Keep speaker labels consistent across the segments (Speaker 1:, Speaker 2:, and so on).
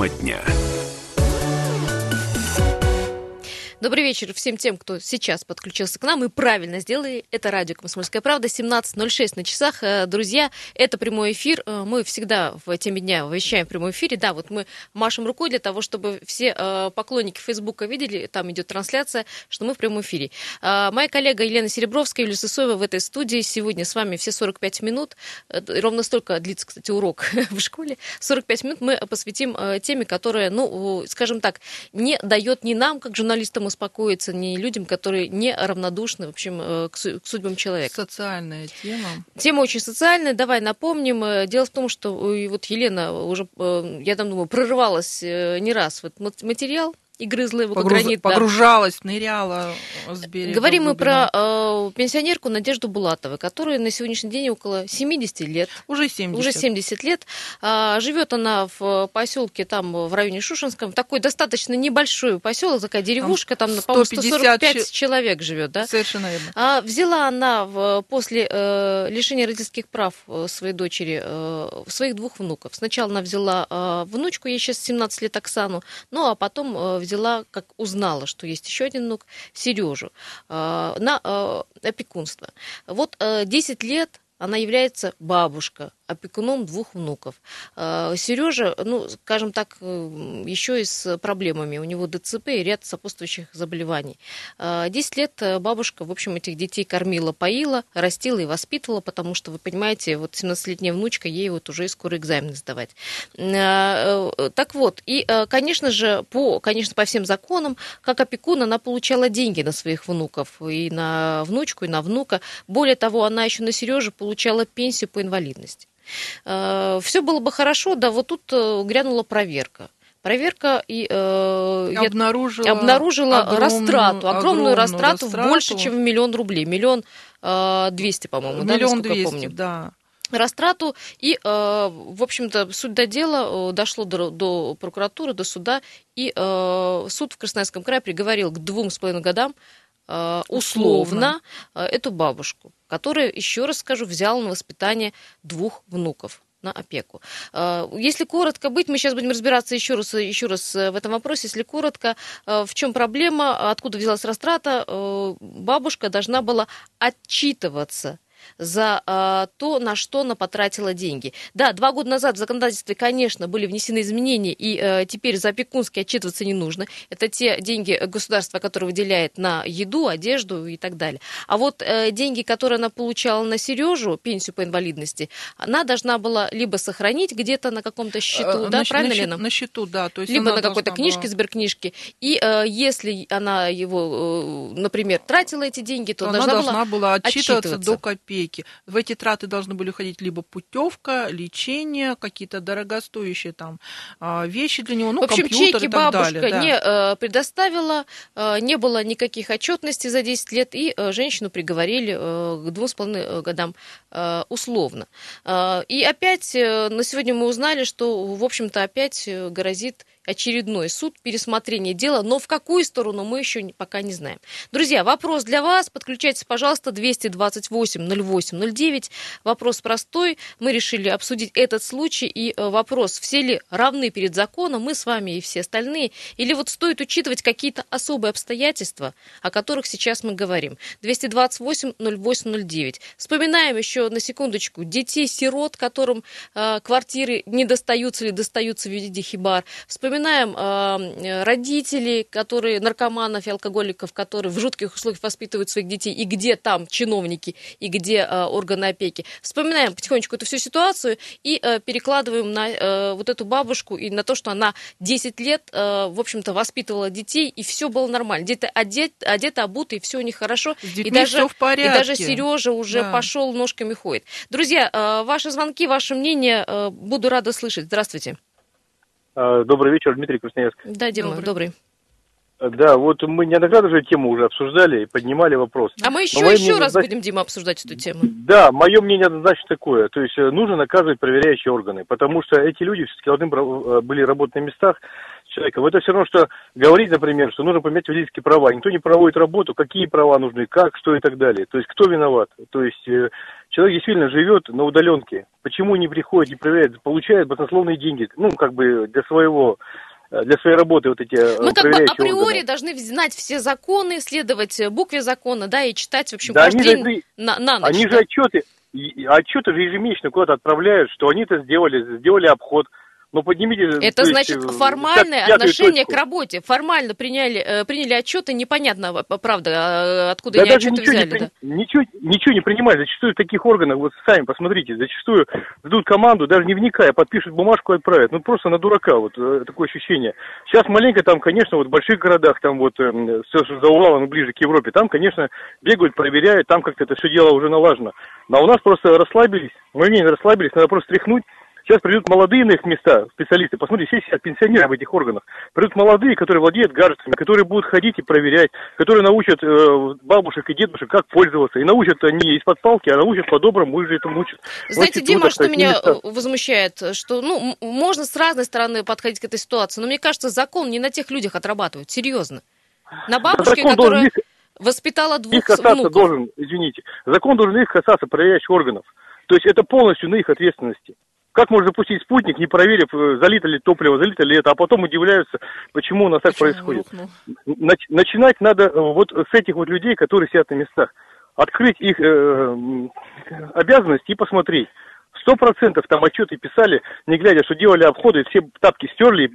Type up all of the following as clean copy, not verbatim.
Speaker 1: Тема дня.
Speaker 2: Добрый вечер всем тем, кто сейчас подключился к нам и правильно сделали. Это радио «Комсомольская правда», 17:06 на часах. Друзья, это прямой эфир. Мы всегда в теме дня вещаем в прямом эфире. Да, вот мы машем рукой для того, чтобы все поклонники Фейсбука видели, там идет трансляция, что мы в прямом эфире. Моя коллега Елена Серебровская, Юлия Сысоева в этой студии. Сегодня с вами все 45 минут. Ровно столько длится, кстати, урок в школе. 45 минут мы посвятим теме, которая, скажем так, не дает ни нам, как журналистам, успокоиться, ни людям, которые не равнодушны, в общем, к судьбам человека.
Speaker 3: Социальная тема.
Speaker 2: Тема очень социальная. Давай напомним. Дело в том, что вот Елена уже, я там думаю, прорывалась не раз. Вот материал и грызла его, как гранит.
Speaker 3: Погружалась, ныряла с берега.
Speaker 2: Говорим мы про пенсионерку Надежду Булатову, которая на сегодняшний день около 70 лет.
Speaker 3: Уже 70.
Speaker 2: Уже 70 лет. Живет она в поселке там в районе Шушенском. Такой достаточно небольшой поселок, такая деревушка, там, по-моему, 145 человек живет, да?
Speaker 3: Совершенно верно.
Speaker 2: Взяла она после лишения родительских прав своей дочери своих двух внуков. Сначала она взяла внучку, ей сейчас 17 лет, Оксану, ну а потом взяла, как узнала, что есть еще один внук, Сережу, на опекунство. Вот 10 лет она является бабушка, опекуном двух внуков. Сережа, скажем так, еще и с проблемами. У него ДЦП и ряд сопутствующих заболеваний. 10 лет бабушка, в общем, этих детей кормила, поила, растила и воспитывала, потому что, вы понимаете, вот 17-летняя внучка, ей вот уже скоро экзамены сдавать. Так вот, и, конечно же, по всем законам, как опекун, она получала деньги на своих внуков, и на внучку, и на внука. Более того, она еще на Сережу получала пенсию по инвалидности. Все было бы хорошо, да, вот тут грянула проверка. Проверка и обнаружила огромную растрату в больше, чем 1 миллион рублей. 1 200 000, по-моему, да, насколько я помню.
Speaker 3: Да.
Speaker 2: Растрату, и, в общем-то, суть до дела дошло до прокуратуры, до суда, и суд в Красноярском крае приговорил к 2,5 годам условно эту бабушку, которая, еще раз скажу, взяла на воспитание 2 внуков на опеку. Если коротко быть, мы сейчас будем разбираться еще раз в этом вопросе. Если коротко, в чем проблема, откуда взялась растрата, бабушка должна была отчитываться за то, на что она потратила деньги. Да, 2 года назад в законодательстве, конечно, были внесены изменения, и теперь за опекунские отчитываться не нужно. Это те деньги государства, которые выделяет на еду, одежду и так далее. А вот деньги, которые она получала на Сережу, пенсию по инвалидности, она должна была либо сохранить где-то на каком-то счету, да, правильно, Лена?
Speaker 3: На счету, да. То есть
Speaker 2: либо на какой-то книжке, сберкнижке. И если она его, например, тратила эти деньги, то она должна была отчитываться
Speaker 3: до копейки. В эти траты должны были уходить либо путевка, лечение, какие-то дорогостоящие там вещи для него,
Speaker 2: в общем,
Speaker 3: компьютер
Speaker 2: чеки
Speaker 3: и так
Speaker 2: бабушка
Speaker 3: далее.
Speaker 2: Не предоставила, не было никаких отчетностей за 10 лет, и женщину приговорили к 2,5 годам условно. И опять на сегодня мы узнали, что, в общем-то, опять грозит очередной суд, пересмотрение дела, но в какую сторону мы еще пока не знаем. Друзья, вопрос для вас. Подключайтесь, пожалуйста, 228-08-09. Вопрос простой. Мы решили обсудить этот случай и вопрос, все ли равны перед законом, мы с вами и все остальные, или вот стоит учитывать какие-то особые обстоятельства, о которых сейчас мы говорим. 228-08-09. Вспоминаем еще на секундочку детей-сирот, которым квартиры не достаются или достаются в виде хибар. Вспоминаем родителей, которые наркоманов и алкоголиков, которые в жутких условиях воспитывают своих детей, и где там чиновники, и где органы опеки. Вспоминаем потихонечку эту всю ситуацию и перекладываем на вот эту бабушку и на то, что она 10 лет, в общем-то, воспитывала детей, и все было нормально. Где-то одета, обута, и все у них хорошо. И даже Сережа уже пошел, ножками ходит. Друзья, ваши звонки, ваше мнение, буду рада слышать. Здравствуйте.
Speaker 4: Добрый вечер, Дмитрий, Красноярск.
Speaker 2: Да, Дима, добрый.
Speaker 4: Да, вот мы неоднократно уже тему уже обсуждали и поднимали вопрос.
Speaker 2: А мы еще раз будем, Дима, обсуждать эту тему.
Speaker 4: Да, мое мнение однозначно такое. То есть нужно наказывать проверяющие органы, потому что эти люди все-таки должны были работать на местах. человеком. Это все равно, что говорить, например, что нужно поменять водительские права. Никто не проводит работу, какие права нужны, как, что и так далее. То есть кто виноват? То есть человек действительно живет на удаленке. Почему не приходит, не проверяет, получает баснословные деньги, ну, как бы для своей работы вот эти
Speaker 2: мы как бы априори
Speaker 4: органы.
Speaker 2: должны знать все законы, следовать букве закона, да, и читать, в общем,
Speaker 4: Да,
Speaker 2: каждый день на ночь.
Speaker 4: Они же отчеты же ежемесячно куда-то отправляют, что они это сделали обход. Ну, поднимите...
Speaker 2: Это значит формальное отношение к работе. Формально приняли отчеты, непонятно, правда, откуда они отчеты взяли.
Speaker 4: Ничего не принимают. Зачастую в таких органах, вот сами посмотрите, зачастую ждут команду, даже не вникая, подпишут бумажку и отправят. Ну, просто на дурака, вот такое ощущение. Сейчас маленько там, конечно, вот в больших городах, там вот все за Уралом, ближе к Европе, там, конечно, бегают, проверяют, там как-то это все дело уже налажено. А у нас просто расслабились, мы не расслабились, надо просто стряхнуть. Сейчас придут молодые на их места, специалисты. Посмотрите, все сидят пенсионеры в этих органах. Придут молодые, которые владеют гаджетами, которые будут ходить и проверять, которые научат бабушек и дедушек, как пользоваться. И научат не из-под палки, а научат по-доброму, их же этому учат.
Speaker 2: Знаете, Дима, что меня возмущает, что, можно с разной стороны подходить к этой ситуации, но мне кажется, закон не на тех людях отрабатывает, серьезно. На бабушке, которая воспитала двух внуков.
Speaker 4: Закон должен их касаться проверяющих органов. То есть это полностью на их ответственности. Как можно запустить спутник, не проверив, залито ли топливо, залито ли это, а потом удивляются, почему у нас так происходит. Начинать надо вот с этих вот людей, которые сидят на местах. Открыть их обязанности и посмотреть. 100% там отчеты писали, не глядя, что делали обходы, все тапки стерли,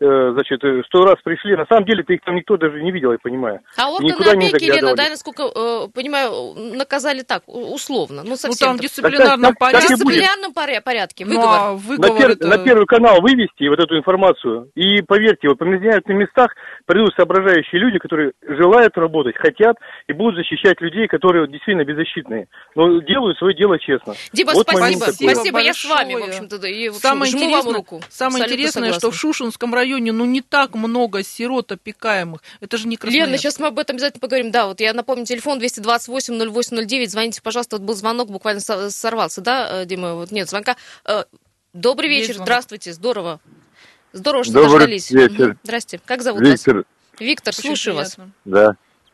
Speaker 4: 100 раз пришли. На самом деле-то их там никто даже не видел, я понимаю.
Speaker 2: А органы опеки, Елена, да, насколько понимаю, наказали так, условно, совсем.
Speaker 3: Там в дисциплинарном порядке.
Speaker 2: В дисциплинарном порядке, выговор.
Speaker 4: На Первый канал вывести вот эту информацию, и поверьте, вот поменяют на местах, придут соображающие люди, которые желают работать, хотят, и будут защищать людей, которые действительно беззащитные, но делают свое дело честно.
Speaker 2: Дима,
Speaker 4: вот
Speaker 2: спасибо, я с вами, в общем-то, и жму вам руку.
Speaker 3: Самое интересное, что в Шушинском районе, не так много сирот опекаемых. Это же не Красноярск.
Speaker 2: Лена, сейчас мы об этом обязательно поговорим. Да, вот я напомню, телефон 228-08-09. Звоните, пожалуйста. Вот был звонок, буквально сорвался, да, Дима? Вот нет звонка. Добрый вечер, здравствуйте, здорово. Здорово, что дождались.
Speaker 1: Вечер.
Speaker 2: Здрасте. Как зовут
Speaker 1: вас?
Speaker 2: Виктор, слушаю вас.
Speaker 1: Да.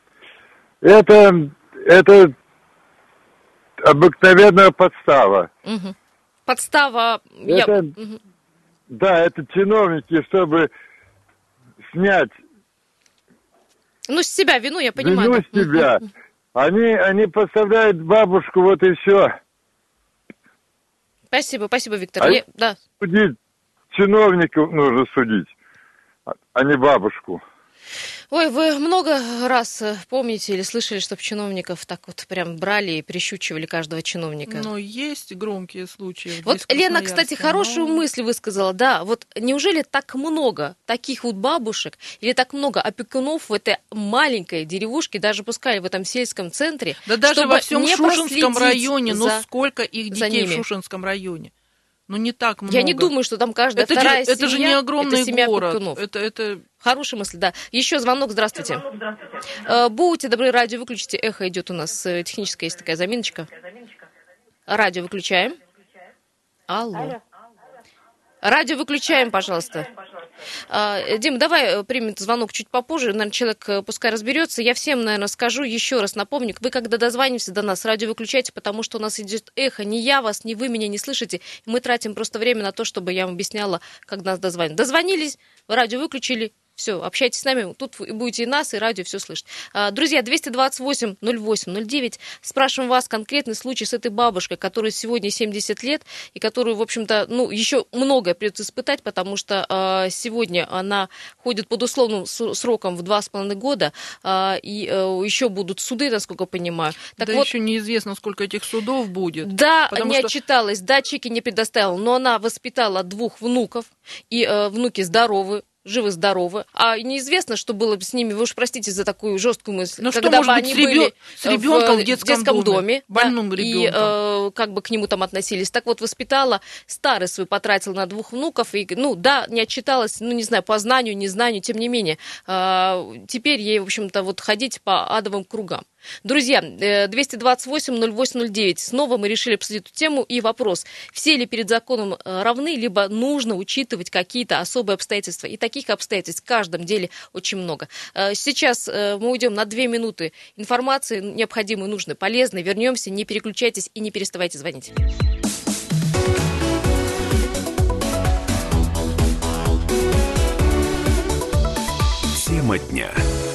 Speaker 1: Это обыкновенная подстава.
Speaker 2: Угу. Подстава.
Speaker 1: Да, это чиновники, чтобы снять.
Speaker 2: С себя вину, я понимаю.
Speaker 1: Вину с себя. Они подставляют бабушку, вот и все.
Speaker 2: Спасибо, Виктор. Да.
Speaker 1: Судить чиновников нужно судить, а не бабушку.
Speaker 2: Ой, вы много раз помните или слышали, чтобы чиновников так вот прям брали и прищучивали каждого чиновника?
Speaker 3: Есть громкие случаи.
Speaker 2: Вот Лена, кстати, хорошую мысль высказала, да. Вот неужели так много таких вот бабушек или так много опекунов в этой маленькой деревушке, даже пускай в этом сельском центре,
Speaker 3: да даже во всем Шушинском районе,
Speaker 2: сколько
Speaker 3: их детей в Шушинском районе? Не так много.
Speaker 2: Я не думаю, что там каждая вторая семья.
Speaker 3: Это же не огромный город.
Speaker 2: Опекунов. Это... Хорошая мысль, да. Еще звонок, здравствуйте. Будьте добры, радио выключите. Эхо идет у нас, техническая есть такая заминочка. Радио выключаем. Алло. Радио выключаем, пожалуйста. Дим, давай примем звонок чуть попозже. Наверное, человек пускай разберется. Я всем, наверное, скажу, еще раз напомню. Вы, когда дозвонитесь до нас, радио выключайте, потому что у нас идет эхо. Ни я вас, ни вы меня не слышите. Мы тратим просто время на то, чтобы я вам объясняла, как нас дозвонить. Дозвонились, радио выключили. Все, общайтесь с нами, тут будете и нас, и радио, все слышать. Друзья, 228-08-09, спрашиваем вас конкретный случай с этой бабушкой, которой сегодня 70 лет, и которую, в общем-то, еще многое придется испытать, потому что сегодня она ходит под условным сроком в 2,5 года, и еще будут суды, насколько я понимаю.
Speaker 3: Так да вот, еще неизвестно, сколько этих судов будет.
Speaker 2: Да, не отчиталась, да, чеки не предоставила, но она воспитала 2 внуков, и внуки здоровы, живы-здоровы, а неизвестно, что было бы с ними, вы уж простите за такую жесткую мысль, когда бы они были
Speaker 3: с ребенком в детском доме,
Speaker 2: больным ребенком, и как бы к нему там относились. Так вот, воспитала, старость свою потратила на 2 внуков, и, не отчиталась, не знаю, по знанию, незнанию, тем не менее, теперь ей, в общем-то, вот ходить по адовым кругам. Друзья, 228-08-09. Снова мы решили обсудить эту тему и вопрос. Все ли перед законом равны, либо нужно учитывать какие-то особые обстоятельства? И такие таких обстоятельств в каждом деле очень много. Сейчас мы уйдем на 2 минуты информации, необходимой, нужной, полезной. Вернемся, не переключайтесь и не переставайте звонить.
Speaker 5: Тема дня.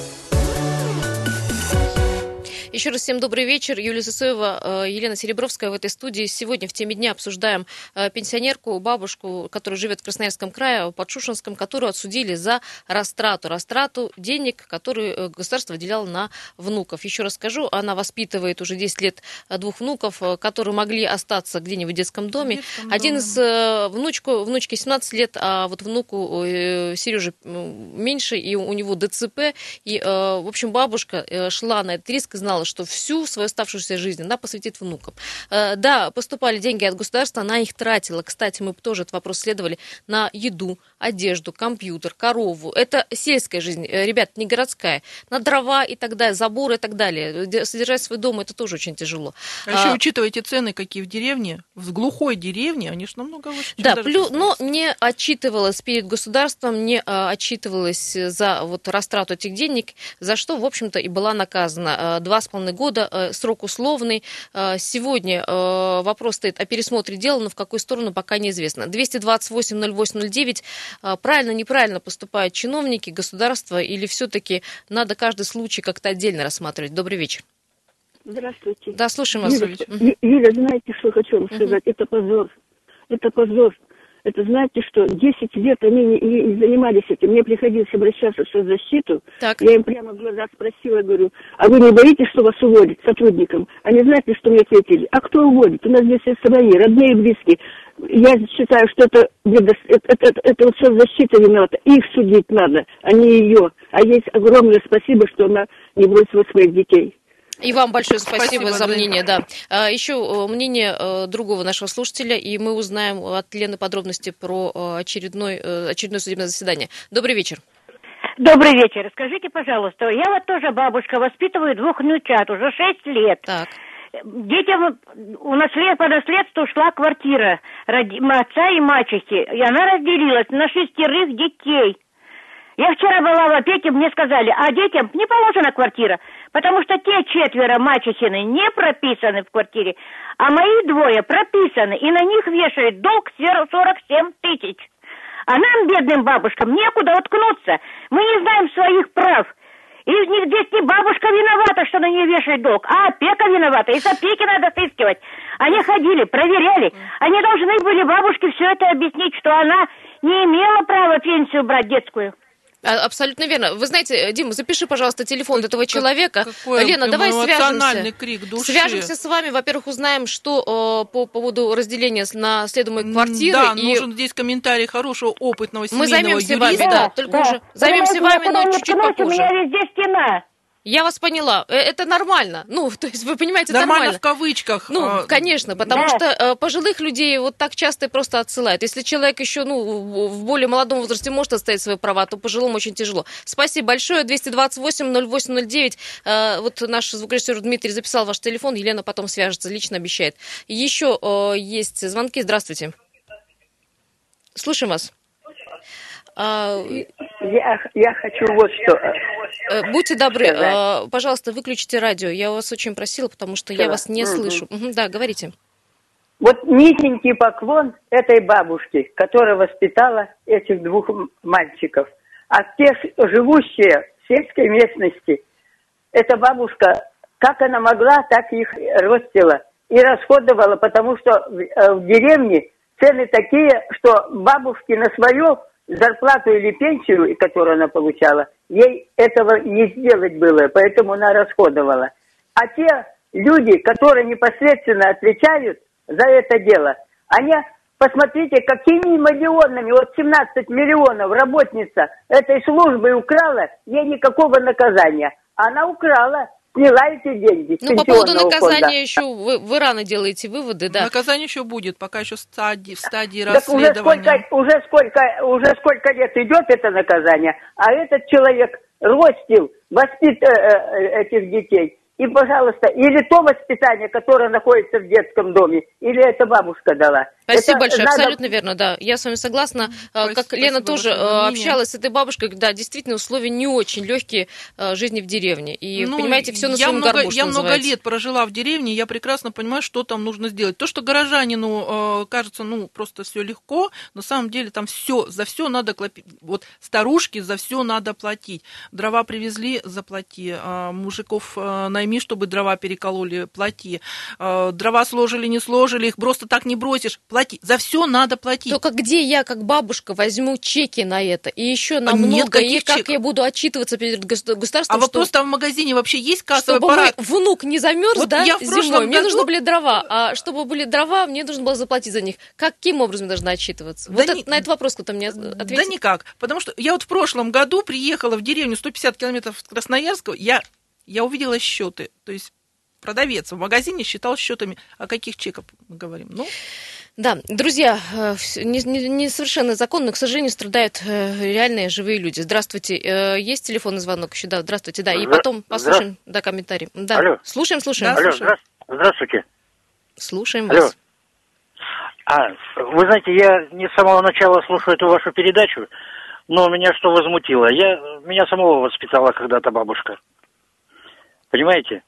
Speaker 2: Еще раз всем добрый вечер. Юлия Сысоева, Елена Серебровская в этой студии. Сегодня в теме дня обсуждаем пенсионерку, бабушку, которая живет в Красноярском крае, под Шушенском, которую отсудили за растрату денег, которые государство выделяло на внуков. Еще раз скажу, она воспитывает уже 10 лет 2 внуков, которые могли остаться где-нибудь в детском доме. Один из внучки 17 лет, а вот внуку Сереже меньше, и у него ДЦП. И, в общем, бабушка шла на этот риск и знала, что всю свою оставшуюся жизнь она посвятит внукам. Да, поступали деньги от государства, она их тратила. Кстати, мы тоже этот вопрос исследовали на еду, одежду, компьютер, корову. Это сельская жизнь, ребят, не городская. На дрова и так далее, заборы и так далее. Содержать свой дом, это тоже очень тяжело.
Speaker 3: А еще учитывайте цены, какие в деревне, в глухой деревне, они же намного выше.
Speaker 2: Да, но не отчитывалась перед государством, не отчитывалась за вот растрату этих денег, за что, в общем-то, и была наказана. 2,5 года, срок условный. Сегодня вопрос стоит о пересмотре дела, но в какую сторону пока неизвестно. 228-08-09. Правильно, неправильно поступают чиновники, государство, или все-таки надо каждый случай как-то отдельно рассматривать? Добрый вечер.
Speaker 6: Здравствуйте.
Speaker 2: Да, слушаем вас.
Speaker 6: Юля, знаете, что хочу вам сказать? Это позор. Это позор. Это знаете, что 10 лет они не занимались этим. Мне приходилось обращаться в соцзащиту. Так. Я им прямо в глаза спросила, говорю, а вы не боитесь, что вас уволят сотрудникам? Они знаете, что мне ответили? А кто уволит? У нас здесь есть свои, родные и близкие. Я считаю, что это вот соцзащита виновата. Их судить надо, а не ее. А ей огромное спасибо, что она не бросила своих детей.
Speaker 2: И вам большое спасибо за мнение, да. Еще мнение другого нашего слушателя, и мы узнаем от Лены подробности про очередное судебное заседание. Добрый вечер.
Speaker 7: Добрый вечер. Скажите, пожалуйста, я вот тоже бабушка, воспитываю 2 внучат, уже 6 лет. Так. Детям по наследству шла квартира отца и мачехи, и она разделилась на 6 детей. Я вчера была в опеке, мне сказали, а детям не положена квартира, потому что те 4 мачехины не прописаны в квартире, а мои 2 прописаны, и на них вешают долг 47 тысяч. А нам, бедным бабушкам, некуда уткнуться, мы не знаем своих прав. И здесь не бабушка виновата, что на нее вешает долг, а опека виновата, и с опеки надо сыскивать. Они ходили, проверяли, они должны были бабушке все это объяснить, что она не имела права пенсию брать детскую.
Speaker 2: Абсолютно верно. Вы знаете, Дима, запиши, пожалуйста, телефон этого человека. Лена, давай свяжемся.
Speaker 3: Крик души.
Speaker 2: Свяжемся с вами. Во-первых, узнаем, что по поводу разделения на следуемые квартиры.
Speaker 3: Да, нужен здесь комментарий хорошего, опытного семейного юриста.
Speaker 2: Мы займемся вами, да, только уже займемся вами, но чуть-чуть попозже.
Speaker 7: У меня везде стена.
Speaker 2: Я вас поняла. Это нормально. Ну, то есть, вы понимаете, это
Speaker 3: нормально. Нормально в кавычках.
Speaker 2: Ну, конечно, потому что пожилых людей вот так часто просто отсылают. Если человек еще, в более молодом возрасте может отстоять свои права, то пожилому очень тяжело. Спасибо большое. 228-08-09. Вот наш звукорежиссер Дмитрий записал ваш телефон. Елена потом свяжется, лично обещает. Еще есть звонки. Здравствуйте. Слушаем вас.
Speaker 6: Я хочу вот что.
Speaker 2: Будьте добры, пожалуйста, выключите радио. Я вас очень просила, потому что я вас не слышу. Да, говорите.
Speaker 6: Вот низенький поклон этой бабушке, которая воспитала этих 2 мальчиков. А те, живущие в сельской местности, эта бабушка, как она могла, так их растила и расходовала, потому что в деревне цены такие, что бабушки на свою зарплату или пенсию, которую она получала, ей этого не сделать было, поэтому она расходовала. А те люди, которые непосредственно отвечают за это дело, они, посмотрите, какими миллионами, вот 17 миллионов работница этой службы украла, ей никакого наказания. Она украла, сняла эти деньги.
Speaker 2: По поводу наказания еще вы рано делаете выводы, да?
Speaker 3: Наказание еще будет, пока еще в стадии расследования.
Speaker 6: Так уже сколько лет идет это наказание, а этот человек ростил, воспитывал этих детей. И, пожалуйста, или то воспитание, которое находится в детском доме, или это бабушка дала.
Speaker 2: Спасибо
Speaker 6: это
Speaker 2: большое,
Speaker 6: надо...
Speaker 2: абсолютно верно, да. Я с вами согласна. Как Лена тоже общалась с этой бабушкой, да, действительно, условия не очень легкие жизни в деревне. И, понимаете, все на своем горбу,
Speaker 3: Я много лет прожила в деревне, я прекрасно понимаю, что там нужно сделать. То, что горожанину кажется, просто все легко, на самом деле там за все надо платить. Вот старушки за все надо платить. Дрова привезли, заплати. Мужиков найми, чтобы дрова перекололи, плати. Дрова сложили, не сложили, их просто так не бросишь, плати. За все надо платить.
Speaker 2: Только где я, как бабушка, возьму чеки на это? И еще на много, и как чеков. Я буду отчитываться перед государством?
Speaker 3: А вопрос там в магазине вообще есть кассовый аппарат?
Speaker 2: Чтобы мой внук не замерз, вот зимой, мне нужны были дрова. А чтобы были дрова, мне нужно было заплатить за них. Каким образом я должна отчитываться? Да на этот вопрос кто-то мне ответит?
Speaker 3: Да никак. Потому что я вот в прошлом году приехала в деревню 150 километров от Красноярска, я увидела счеты. То есть продавец в магазине считал счетами. О каких чеках мы говорим?
Speaker 2: Да, друзья, несовершенно законно, но, к сожалению, страдают реальные живые люди. Здравствуйте. Есть телефонный звонок еще? Да, здравствуйте. Да, и потом послушаем комментарий. Да.
Speaker 8: Алло.
Speaker 2: Слушаем.
Speaker 8: Да, алло, здравствуйте.
Speaker 2: Слушаем
Speaker 8: алло.
Speaker 2: вас.
Speaker 8: Вы знаете, я не с самого начала слушаю эту вашу передачу, но меня что возмутило? Меня самого воспитала когда-то бабушка. Понимаете?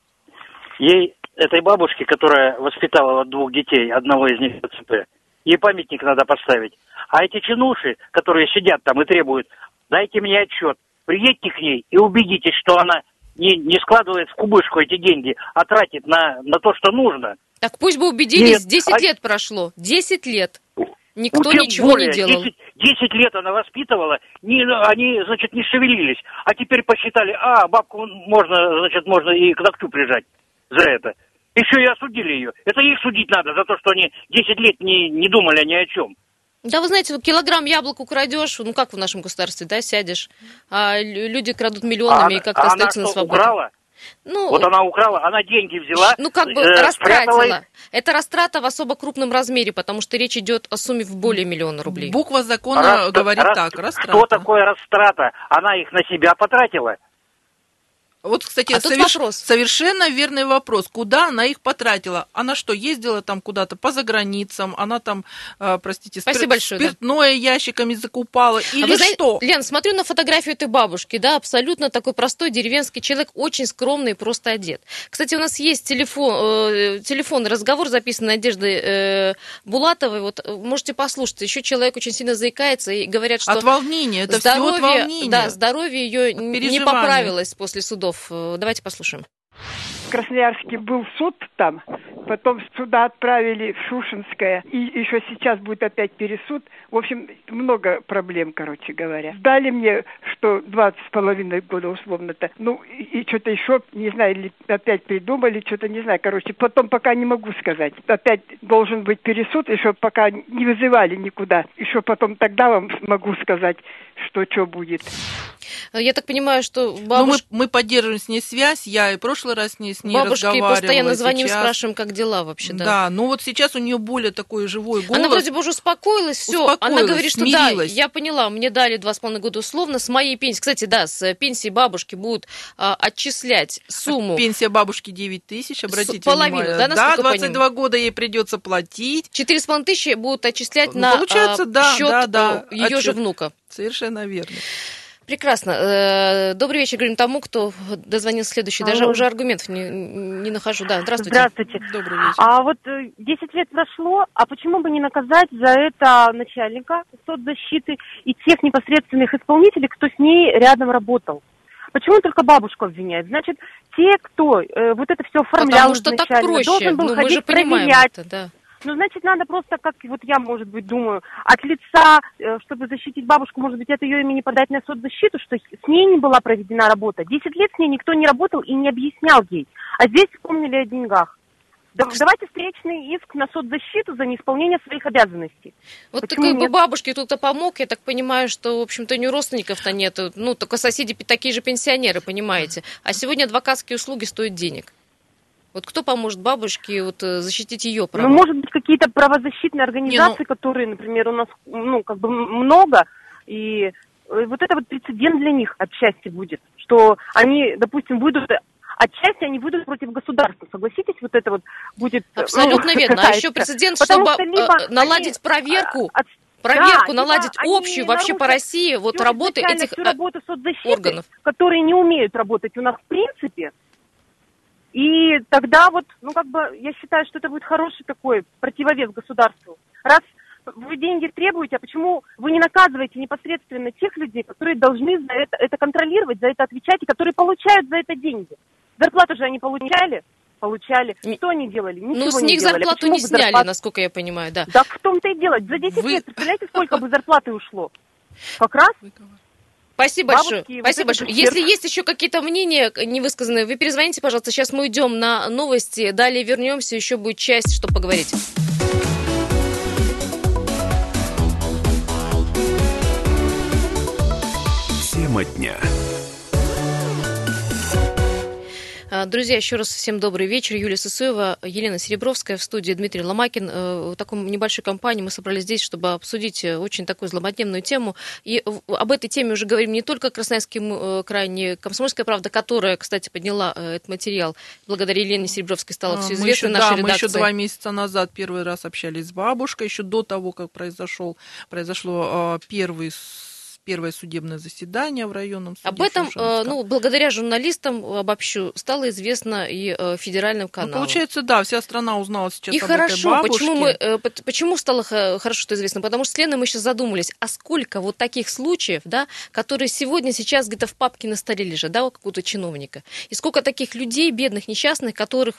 Speaker 8: Этой бабушке, которая воспитала 2 детей, одного из них ЦП, ей памятник надо поставить. А эти чинуши, которые сидят там и требуют, дайте мне отчет, приедьте к ней и убедитесь, что она не складывает в кубышку эти деньги, а тратит на то, что нужно.
Speaker 2: Так пусть бы убедились, 10 лет прошло, 10 лет. Никто ничего не делал.
Speaker 8: 10 лет она воспитывала, они, значит, не шевелились. А теперь посчитали, бабку можно и к ногтю прижать за это. Еще и осудили ее. Это их судить надо за то, что они 10 лет не думали ни о чем.
Speaker 2: Да, вы знаете, килограмм яблок украдешь, как в нашем государстве, да, сядешь. А люди крадут миллионами и как-то остаются на свободе.
Speaker 8: Украла? Вот она украла, она деньги взяла,
Speaker 2: растратила.
Speaker 8: Спрятала.
Speaker 2: Это растрата в особо крупном размере, потому что речь идет о сумме в более миллиона рублей.
Speaker 3: Буква закона говорит так, растрата.
Speaker 8: Что такое растрата? Она их на себя потратила.
Speaker 3: Вот, кстати, совершенно верный вопрос. Куда она их потратила? Она что, ездила там куда-то по заграницам? Она там, спиртное ящиками закупала? Или что?
Speaker 2: Лен, смотрю на фотографию этой бабушки, да, абсолютно такой простой деревенский человек, очень скромный и просто одет. Кстати, у нас есть телефонный разговор, записанный Надеждой Булатовой. Вот можете послушать. Еще человек очень сильно заикается и говорят, что...
Speaker 3: От волнения, это все от волнения.
Speaker 2: Да, здоровье ее не поправилось после судов. Давайте послушаем.
Speaker 9: В Красноярске был суд там, потом сюда отправили в Шушинское, и еще сейчас будет опять пересуд. В общем, много проблем, короче говоря. Дали мне, что 20,5 года условно-то. И что-то еще, не знаю, или опять придумали, что-то не знаю. Короче, потом пока не могу сказать. Опять должен быть пересуд, еще пока не вызывали никуда. Еще потом тогда вам могу сказать, что будет.
Speaker 2: Я так понимаю, что бабушка...
Speaker 3: мы поддерживаем с ней связь, я и в прошлый раз с ней разговаривала.
Speaker 2: Бабушке постоянно звоним, спрашиваем, как дела вообще, да.
Speaker 3: Да, вот сейчас у нее более такой живой голос.
Speaker 2: Она вроде бы уже успокоилась, все. Она говорит, что смирилась. Да, я поняла, мне дали 2,5 года условно, с моей пенсии. Кстати, да, с пенсии бабушки будут отчислять сумму.
Speaker 3: Пенсия бабушки 9 тысяч, обратите
Speaker 2: половину,
Speaker 3: внимание. Да, 22 года ей придется платить.
Speaker 2: 4,5 тысячи будут отчислять на счет ее же внука.
Speaker 3: Совершенно верно.
Speaker 2: Прекрасно. Добрый вечер, говорим тому, кто дозвонился следующий. Даже уже аргументов не нахожу. Да, здравствуйте.
Speaker 10: Здравствуйте.
Speaker 3: Добрый вечер.
Speaker 10: Вот 10 лет прошло, а почему бы не наказать за это начальника соцзащиты и тех непосредственных исполнителей, кто с ней рядом работал? Почему только бабушку обвиняют? Значит, те, кто вот это все оформлял изначально, должен был ходить проверять.
Speaker 2: Это, да.
Speaker 10: Значит, надо просто, как вот я, может быть, думаю, от лица, чтобы защитить бабушку, может быть, от ее имени подать на соцзащиту, что с ней не была проведена работа. 10 лет с ней никто не работал и не объяснял ей. А здесь вспомнили о деньгах. Давайте встречный иск на соцзащиту за неисполнение своих обязанностей.
Speaker 2: Вот такой бы бабушке кто-то помог, я так понимаю, что, в общем-то, и у родственников-то нету. Только соседи такие же пенсионеры, понимаете. А сегодня адвокатские услуги стоят денег. Вот кто поможет бабушке защитить ее права?
Speaker 10: Может быть, какие-то правозащитные организации, которые, например, у нас много, и вот это вот прецедент для них отчасти будет, что они, допустим, выйдут отчасти они выйдут против государства. Согласитесь, вот это вот будет...
Speaker 2: Абсолютно верно. А еще прецедент, чтобы наладить проверку наладить общую вообще по России вот работы этих
Speaker 10: работу соцзащиты,
Speaker 2: органов.
Speaker 10: Которые не умеют работать у нас в принципе. И тогда вот, я считаю, что это будет хороший такой противовес государству. Раз вы деньги требуете, а почему вы не наказываете непосредственно тех людей, которые должны за это контролировать, за это отвечать, и которые получают за это деньги? Зарплату же они получали. Что они делали? Ничего не делали.
Speaker 2: С них зарплату не сняли, насколько я понимаю, да.
Speaker 10: Да в том-то и дело. За 10 лет, представляете, сколько бы зарплаты ушло? Как раз...
Speaker 2: Спасибо большое. Спасибо большое. Если есть еще какие-то мнения невысказанные, вы перезвоните, пожалуйста. Сейчас мы уйдем на новости. Далее вернемся. Еще будет часть, чтобы поговорить.
Speaker 5: Тема дня.
Speaker 2: Друзья, еще раз всем добрый вечер. Юлия Сысоева, Елена Серебровская в студии, Дмитрий Ломакин. В такой небольшой компании мы собрались здесь, чтобы обсудить очень такую злободневную тему. И об этой теме уже говорим не только Красноярский край, не «Комсомольская правда», которая, кстати, подняла этот материал. Благодаря Елене Серебровской стало все известно нашей редакции.
Speaker 3: Мы еще 2 месяца назад первый раз общались с бабушкой, еще до того, как произошло первое судебное заседание в районном суде.
Speaker 2: Об этом, благодаря журналистам, обобщу, стало известно и федеральным каналам.
Speaker 3: Получается, да, вся страна узнала сейчас об
Speaker 2: хорошо,
Speaker 3: этой бабушке.
Speaker 2: Почему стало хорошо, что известно? Потому что с Леной мы сейчас задумались, а сколько вот таких случаев, да, которые сейчас где-то в папке на столе лежат, да, у какого-то чиновника, и сколько таких людей, бедных, несчастных, которых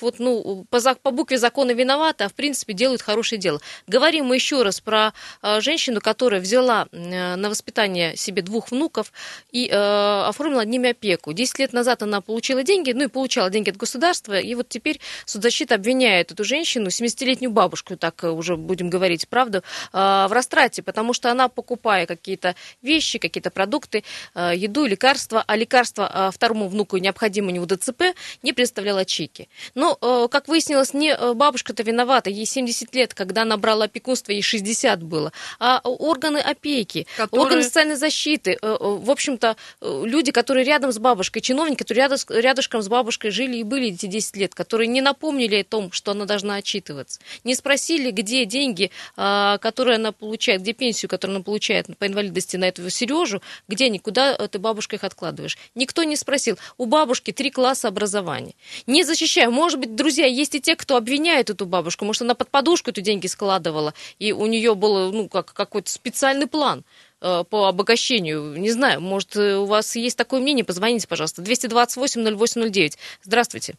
Speaker 2: по букве закона виноваты, а в принципе делают хорошее дело. Говорим мы еще раз про женщину, которая взяла на воспитание себе 2 внуков и оформила над ними опеку. 10 лет назад она получила деньги, и получала деньги от государства, и вот теперь соцзащита обвиняет эту женщину, 70-летнюю бабушку, так уже будем говорить правду, в растрате, потому что она, покупая какие-то вещи, какие-то продукты, еду, лекарства, а лекарства 2-му внуку необходимо у него ДЦП, не представляла чеки. Но, как выяснилось, не бабушка-то виновата, ей 70 лет, когда она брала опекунство, ей 60 было, а органы опеки, органы социальной защиты, в общем-то, люди, которые рядом с бабушкой, чиновники, которые рядышком с бабушкой жили и были эти 10 лет, которые не напомнили о том, что она должна отчитываться, не спросили, где деньги, которые она получает, где пенсию, которую она получает по инвалидности на этого Сережу, где они, куда ты, бабушка, их откладываешь. Никто не спросил. У бабушки 3 класса образования. Не защищаю. Может быть, друзья, есть и те, кто обвиняет эту бабушку. Может, она под подушку эти деньги складывала, и у нее был какой-то специальный план по обогащению. Не знаю, может, у вас есть такое мнение? Позвоните, пожалуйста. 228-08-09. Здравствуйте.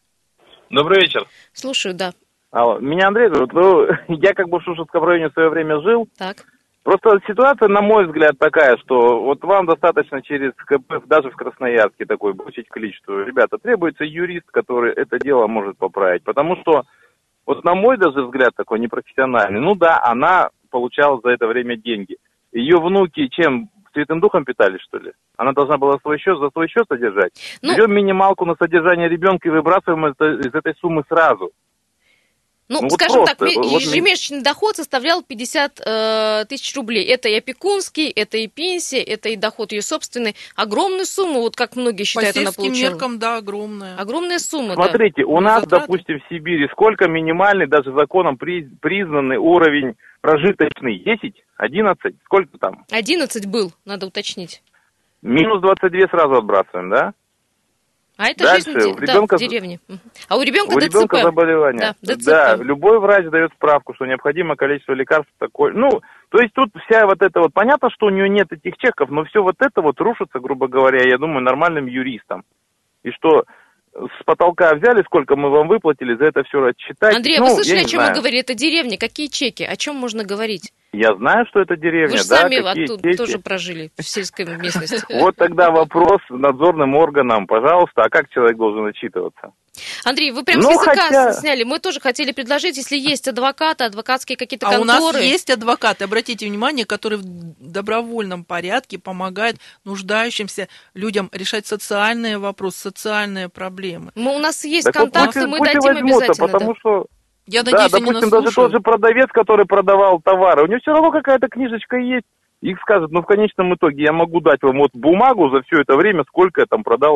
Speaker 11: Добрый вечер.
Speaker 2: Слушаю, да.
Speaker 11: Алло, меня Андрей зовут. Я в Шушетском районе в свое время жил.
Speaker 2: Так.
Speaker 11: Просто ситуация, на мой взгляд, такая, что вот вам достаточно через КП, даже в Красноярске такой, получить количество. Ребята, требуется юрист, который это дело может поправить. Потому что, вот на мой даже взгляд такой непрофессиональный, она получала за это время деньги. Ее внуки чем, Святым Духом питались, что ли? Она должна была за свой счет содержать. Берем минималку на содержание ребенка и выбрасываем из этой суммы сразу.
Speaker 2: Скажем так, ежемесячный доход составлял 50 тысяч рублей. Это и опекунский, это и пенсия, это и доход ее собственный. Огромную сумму, как многие считают, она получала.
Speaker 3: По сельским меркам, да, огромная.
Speaker 2: Огромная сумма,
Speaker 11: Смотрите, у нас, допустим, в Сибири сколько минимальный, даже законом признанный уровень прожиточный? 10? 11? Сколько там?
Speaker 2: 11 был, надо уточнить.
Speaker 11: Минус 22 сразу отбрасываем, да?
Speaker 2: А это
Speaker 11: дальше,
Speaker 2: жизнь в деревне. А у ребенка ДЦП.
Speaker 11: У ребенка заболевание.
Speaker 2: Да, ДЦП.
Speaker 11: Да, любой врач дает справку, что необходимое количество лекарств такое. То есть тут вся понятно, что у нее нет этих чеков, но все это рушится, грубо говоря, я думаю, нормальным юристом. И что с потолка взяли, сколько мы вам выплатили, за это все рассчитать.
Speaker 2: Андрей, вы слышали, о чем мы говорили? Это деревня. Какие чеки? О чем можно говорить?
Speaker 11: Я знаю, что это деревня.
Speaker 2: Вы же сами оттуда тоже прожили, в сельской местности.
Speaker 11: Вот тогда вопрос надзорным органам, пожалуйста, а как человек должен отчитываться?
Speaker 2: Андрей, вы прям с языка сняли. Мы тоже хотели предложить, если есть адвокаты, адвокатские какие-то конторы.
Speaker 3: А у нас есть адвокаты, обратите внимание, которые в добровольном порядке помогают нуждающимся людям решать социальные вопросы, социальные проблемы.
Speaker 2: У нас есть контакты, мы дадим обязательно.
Speaker 11: Потому что...
Speaker 3: Я надеюсь,
Speaker 11: допустим, даже тот же продавец, который продавал товары, у него все равно какая-то книжечка есть. Их скажут, в конечном итоге я могу дать вам бумагу за все это время, сколько я там продал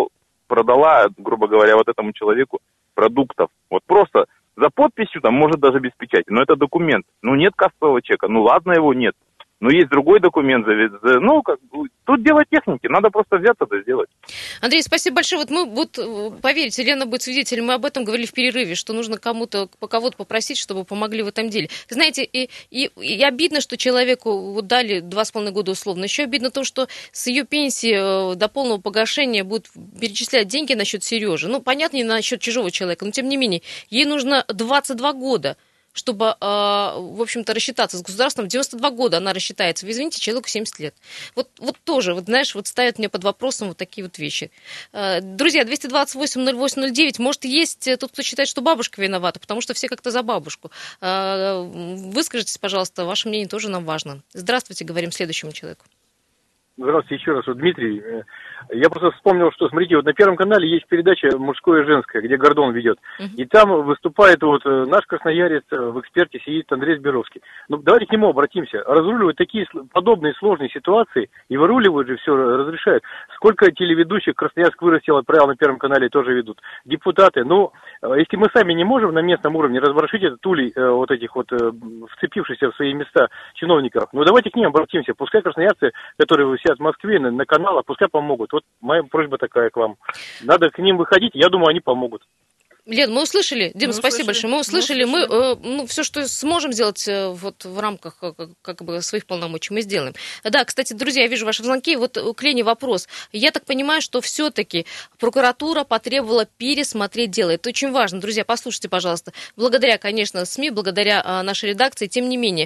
Speaker 11: продала, грубо говоря, вот этому человеку продуктов. Вот просто за подписью, там, может даже без печати, но это документ. Ну, нет кассового чека, ну, ладно, его нет. Но есть другой документ, ну, тут дело техники, надо просто взяться да сделать.
Speaker 2: Андрей, спасибо большое. Вот мы, поверьте, Лена будет свидетелем, мы об этом говорили в перерыве, что нужно кого-то попросить, чтобы помогли в этом деле. Знаете, и обидно, что человеку вот дали 2,5 года условно. Еще обидно то, что с ее пенсии до полного погашения будут перечислять деньги на счет Сережи. Ну, понятно, не на счет чужого человека, но тем не менее, ей нужно 22 года. Чтобы, в общем-то, рассчитаться с государством. В 92 года она рассчитается. Вы извините, человеку 70 лет. Вот тоже, вот знаешь, вот ставят мне под вопросом вот такие вот вещи. Друзья, 228-08-09. Может, есть тот, кто считает, что бабушка виновата, потому что все как-то за бабушку. Выскажитесь, пожалуйста, ваше мнение тоже нам важно. Здравствуйте, говорим следующему человеку.
Speaker 4: Здравствуйте еще раз, вот, Дмитрий. Я просто вспомнил, что, смотрите, вот на Первом канале есть передача «Мужское и женское», где Гордон ведет. И там выступает вот наш красноярец, в эксперте сидит Андрей Сберовский. Ну, давайте к нему обратимся. Разруливают такие подобные сложные ситуации, и выруливают же все, разрешают. Сколько телеведущих Красноярск вырастил, отправил на Первом канале, тоже ведут. Депутаты, ну, если мы сами не можем на местном уровне разворошить этот улей вот этих вот вцепившихся в свои места чиновников, ну, давайте к ним обратимся. Пускай красноярцы, которые сидят в Москве на каналах, пускай помогут. Вот моя просьба такая к вам. Надо к ним выходить, я думаю, они помогут.
Speaker 2: Лен, мы услышали. Дим, спасибо большое. Мы услышали. Мы все, что сможем сделать вот в рамках как бы своих полномочий, мы сделаем. Да, кстати, друзья, я вижу ваши звонки. Вот к Лене вопрос. Я так понимаю, что все-таки прокуратура потребовала пересмотреть дело. Это очень важно. Друзья, послушайте, пожалуйста. Благодаря, конечно, СМИ, благодаря нашей редакции, тем не менее.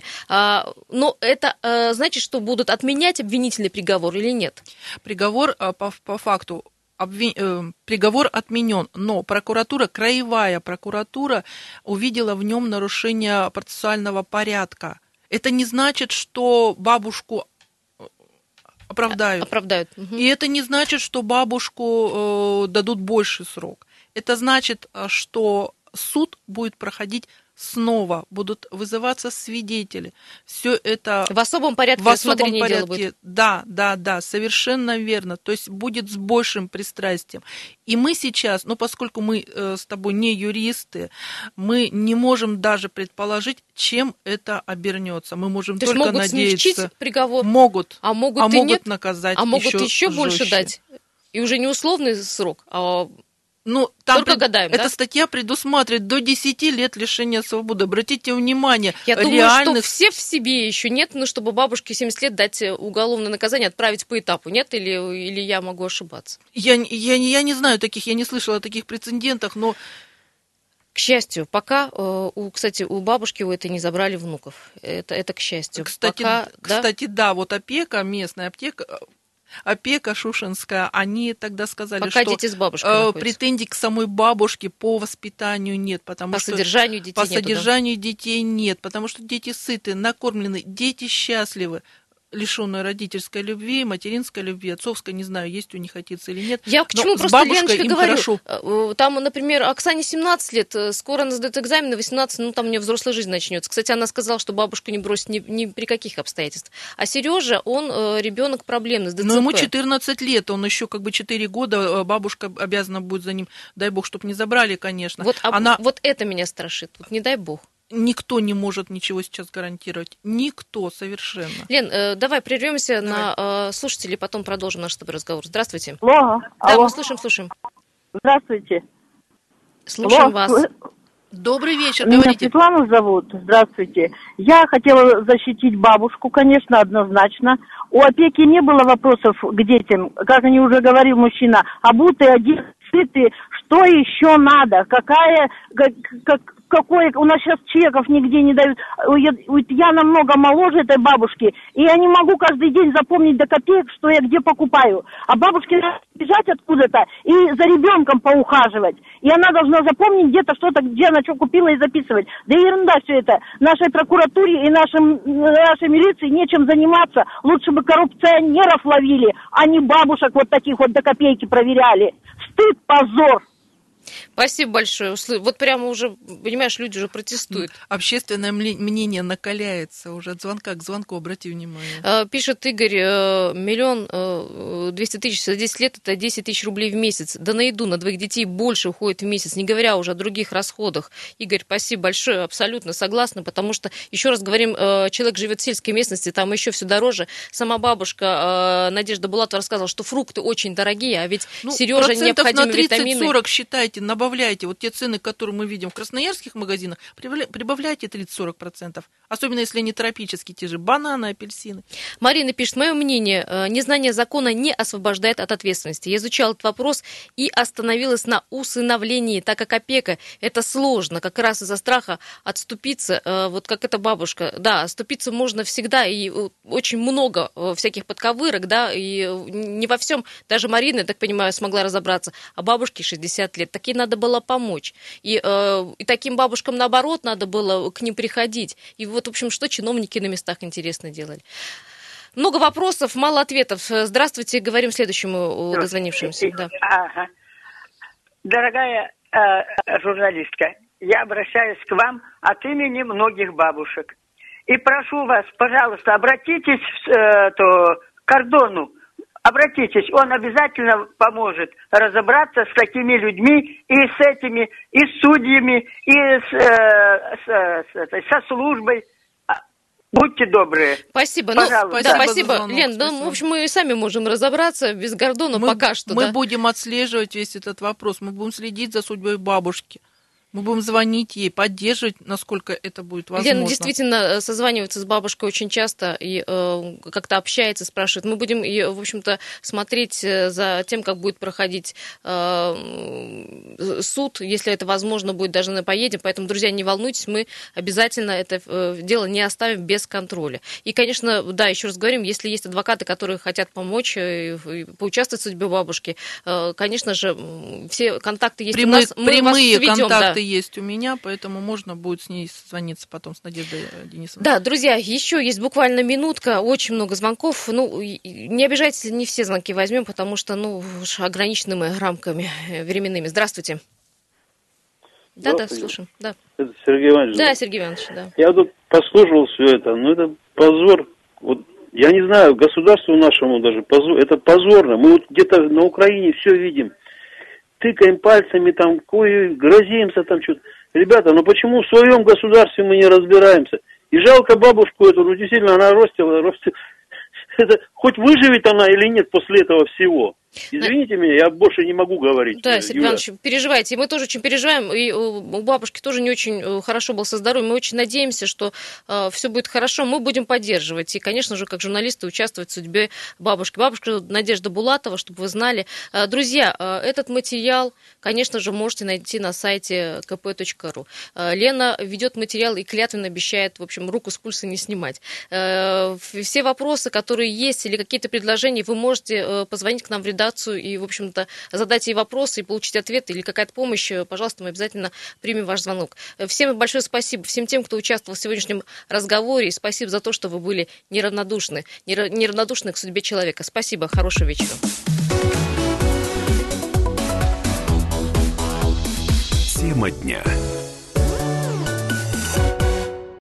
Speaker 2: Но это значит, что будут отменять обвинительный приговор или нет?
Speaker 3: Приговор по факту. Приговор отменен, но прокуратура, краевая прокуратура увидела в нем нарушение процессуального порядка. Это не значит, что бабушку оправдают. Угу. И это не значит, что бабушку дадут больший срок. Это значит, что суд будет проходить снова, будут вызываться свидетели. Все это
Speaker 2: в особом порядке рассмотрение дела будет.
Speaker 3: Да, совершенно верно. То есть будет с большим пристрастием. И мы сейчас, поскольку мы с тобой не юристы, мы не можем даже предположить, чем это обернется. Мы можем
Speaker 2: то
Speaker 3: только
Speaker 2: могут
Speaker 3: надеяться.
Speaker 2: Смягчить приговор?
Speaker 3: Могут.
Speaker 2: А могут
Speaker 3: наказать.
Speaker 2: А могут еще
Speaker 3: жестче.
Speaker 2: Больше дать. И уже не условный срок, а
Speaker 3: там
Speaker 2: только гадаем,
Speaker 3: эта статья предусматривает до 10 лет лишения свободы. Обратите внимание,
Speaker 2: я думаю, что все в себе еще нет, чтобы бабушке 70 лет дать уголовное наказание, отправить по этапу, нет? Или я могу ошибаться?
Speaker 3: Я не знаю таких, я не слышала о таких прецедентах, но...
Speaker 2: К счастью, пока, кстати, у бабушки у этой не забрали внуков. Это к счастью.
Speaker 3: Кстати, да, вот опека, местная опека шушенская, они тогда сказали,
Speaker 2: пока
Speaker 3: что
Speaker 2: дети с бабушкой
Speaker 3: претензий к самой бабушке по воспитанию нет, потому что
Speaker 2: содержанию детей
Speaker 3: по содержанию детей нет, потому что дети сыты, накормлены, дети счастливы. Лишенная родительской любви, материнской любви, отцовской, не знаю, есть у них отец или нет.
Speaker 2: Я почему просто Леночка говорю, хорошо. Там, например, Оксане 17 лет, скоро она сдает экзамены, 18, там у нее взрослая жизнь начнется. Кстати, она сказала, что бабушку не бросит ни при каких обстоятельствах. А Сережа, он ребенок проблемный, с ДЦП.
Speaker 3: Но ему 14 лет, он еще 4 года, бабушка обязана будет за ним, дай бог, чтобы не забрали, конечно.
Speaker 2: Вот это меня страшит, не дай бог.
Speaker 3: Никто не может ничего сейчас гарантировать. Никто совершенно.
Speaker 2: Лен, давай прервемся на слушателей, потом продолжим наш с тобой разговор. Здравствуйте.
Speaker 12: Алло.
Speaker 2: Да, мы слушаем.
Speaker 12: Здравствуйте.
Speaker 2: Слушаем вас.
Speaker 3: Добрый вечер,
Speaker 12: Меня
Speaker 3: говорите.
Speaker 12: Светлану зовут. Здравствуйте. Я хотела защитить бабушку, конечно, однозначно. У опеки не было вопросов к детям, как они уже говорил мужчина, обутые, одетые, сытые. Что еще надо? Какой у нас сейчас чеков нигде не дают. Я намного моложе этой бабушки, и я не могу каждый день запомнить до копеек, что я где покупаю. А бабушке надо бежать откуда-то и за ребенком поухаживать. И она должна запомнить где-то что-то, где она что купила, и записывать. Да ерунда все это. Нашей прокуратуре и нашей милиции нечем заниматься. Лучше бы коррупционеров ловили, а не бабушек вот таких вот до копейки проверяли. Стыд, позор.
Speaker 2: Спасибо большое. Вот прямо уже, понимаешь, люди уже протестуют.
Speaker 3: Общественное мнение накаляется уже от звонка к звонку, обрати внимание.
Speaker 2: Пишет Игорь, 1 200 000 за 10 лет, это 10 000 рублей в месяц. Да на еду на 2 детей больше уходит в месяц, не говоря уже о других расходах. Игорь, спасибо большое, абсолютно согласна, потому что, еще раз говорим, человек живет в сельской местности, там еще все дороже. Сама бабушка Надежда Булатова рассказывала, что фрукты очень дорогие, а ведь Сережа необходимы витамины.
Speaker 3: 30-40 считайте, набавляйте. Вот те цены, которые мы видим в красноярских магазинах, прибавляйте 30-40%. Особенно если они тропические, те же бананы, апельсины.
Speaker 2: Марина пишет, мое мнение, незнание закона не освобождает от ответственности. Я изучала этот вопрос и остановилась на усыновлении, так как опека – это сложно, как раз из-за страха отступиться, вот как эта бабушка. Да, отступиться можно всегда, и очень много всяких подковырок, да, и не во всем, даже Марина, я так понимаю, смогла разобраться, а бабушке 60 лет, такие надо было помочь. И таким бабушкам, наоборот, надо было к ним приходить. И вот, в общем, что чиновники на местах интересно делали. Много вопросов, мало ответов. Здравствуйте, говорим следующему дозвонившемуся. Да.
Speaker 6: Ага. Дорогая журналистка, я обращаюсь к вам от имени многих бабушек. И прошу вас, пожалуйста, обратитесь к Кордону. Обратитесь, он обязательно поможет разобраться с такими людьми и с этими, и с судьями, и со службой. Будьте добрые.
Speaker 2: Спасибо. Спасибо. Лен, в общем, мы и сами можем разобраться без Гордона пока что.
Speaker 3: Мы будем отслеживать весь этот вопрос, мы будем следить за судьбой бабушки. Мы будем звонить ей, поддерживать, насколько это будет возможно.
Speaker 2: Лена действительно созванивается с бабушкой очень часто и как-то общается, спрашивает. Мы будем, в общем-то, смотреть за тем, как будет проходить суд, если это возможно будет, даже мы поедем. Поэтому, друзья, не волнуйтесь, мы обязательно это дело не оставим без контроля. И, конечно, да, еще раз говорим, если есть адвокаты, которые хотят помочь и поучаствовать в судьбе бабушки, конечно же, все контакты есть у нас. Мы
Speaker 3: прямые
Speaker 2: вас сведем,
Speaker 3: контакты есть у меня, поэтому можно будет с ней созвониться потом с Надеждой Денисовной.
Speaker 2: Да, друзья, еще есть буквально минутка, очень много звонков. Не обижайтесь, не все звонки возьмем, потому что, ограничены мы рамками временными. Здравствуйте. Да, слушаем. Да.
Speaker 13: Это Сергей Иванович.
Speaker 2: Да, Сергей Иванович, да.
Speaker 13: Я тут послушал все это, это позор. Вот, я не знаю, государству нашему даже позор, это позорно. Мы вот где-то на Украине все видим. Тыкаем пальцами, грозимся что-то. Ребята, почему в своем государстве мы не разбираемся? И жалко бабушку эту, действительно, она ростила. Это, хоть выживет она или нет после этого всего. Извините меня, я больше не могу говорить.
Speaker 2: Да, Сергей Иванович, переживайте. Мы тоже очень переживаем. И у бабушки тоже не очень хорошо было со здоровьем. Мы очень надеемся, что все будет хорошо. Мы будем поддерживать. И, конечно же, как журналисты, участвовать в судьбе бабушки. Бабушка Надежда Булатова, чтобы вы знали. Друзья, этот материал, конечно же, можете найти на сайте kp.ru. Лена ведет материал и клятвенно обещает, в общем, руку с пульса не снимать. Все вопросы, которые есть, или какие-то предложения, вы можете позвонить к нам в редакцию и, в общем-то, задать ей вопросы и получить ответы или какая-то помощь, пожалуйста, мы обязательно примем ваш звонок. Всем большое спасибо, всем тем, кто участвовал в сегодняшнем разговоре, и спасибо за то, что вы были неравнодушны к судьбе человека. Спасибо, хорошего вечера.
Speaker 5: Тема дня.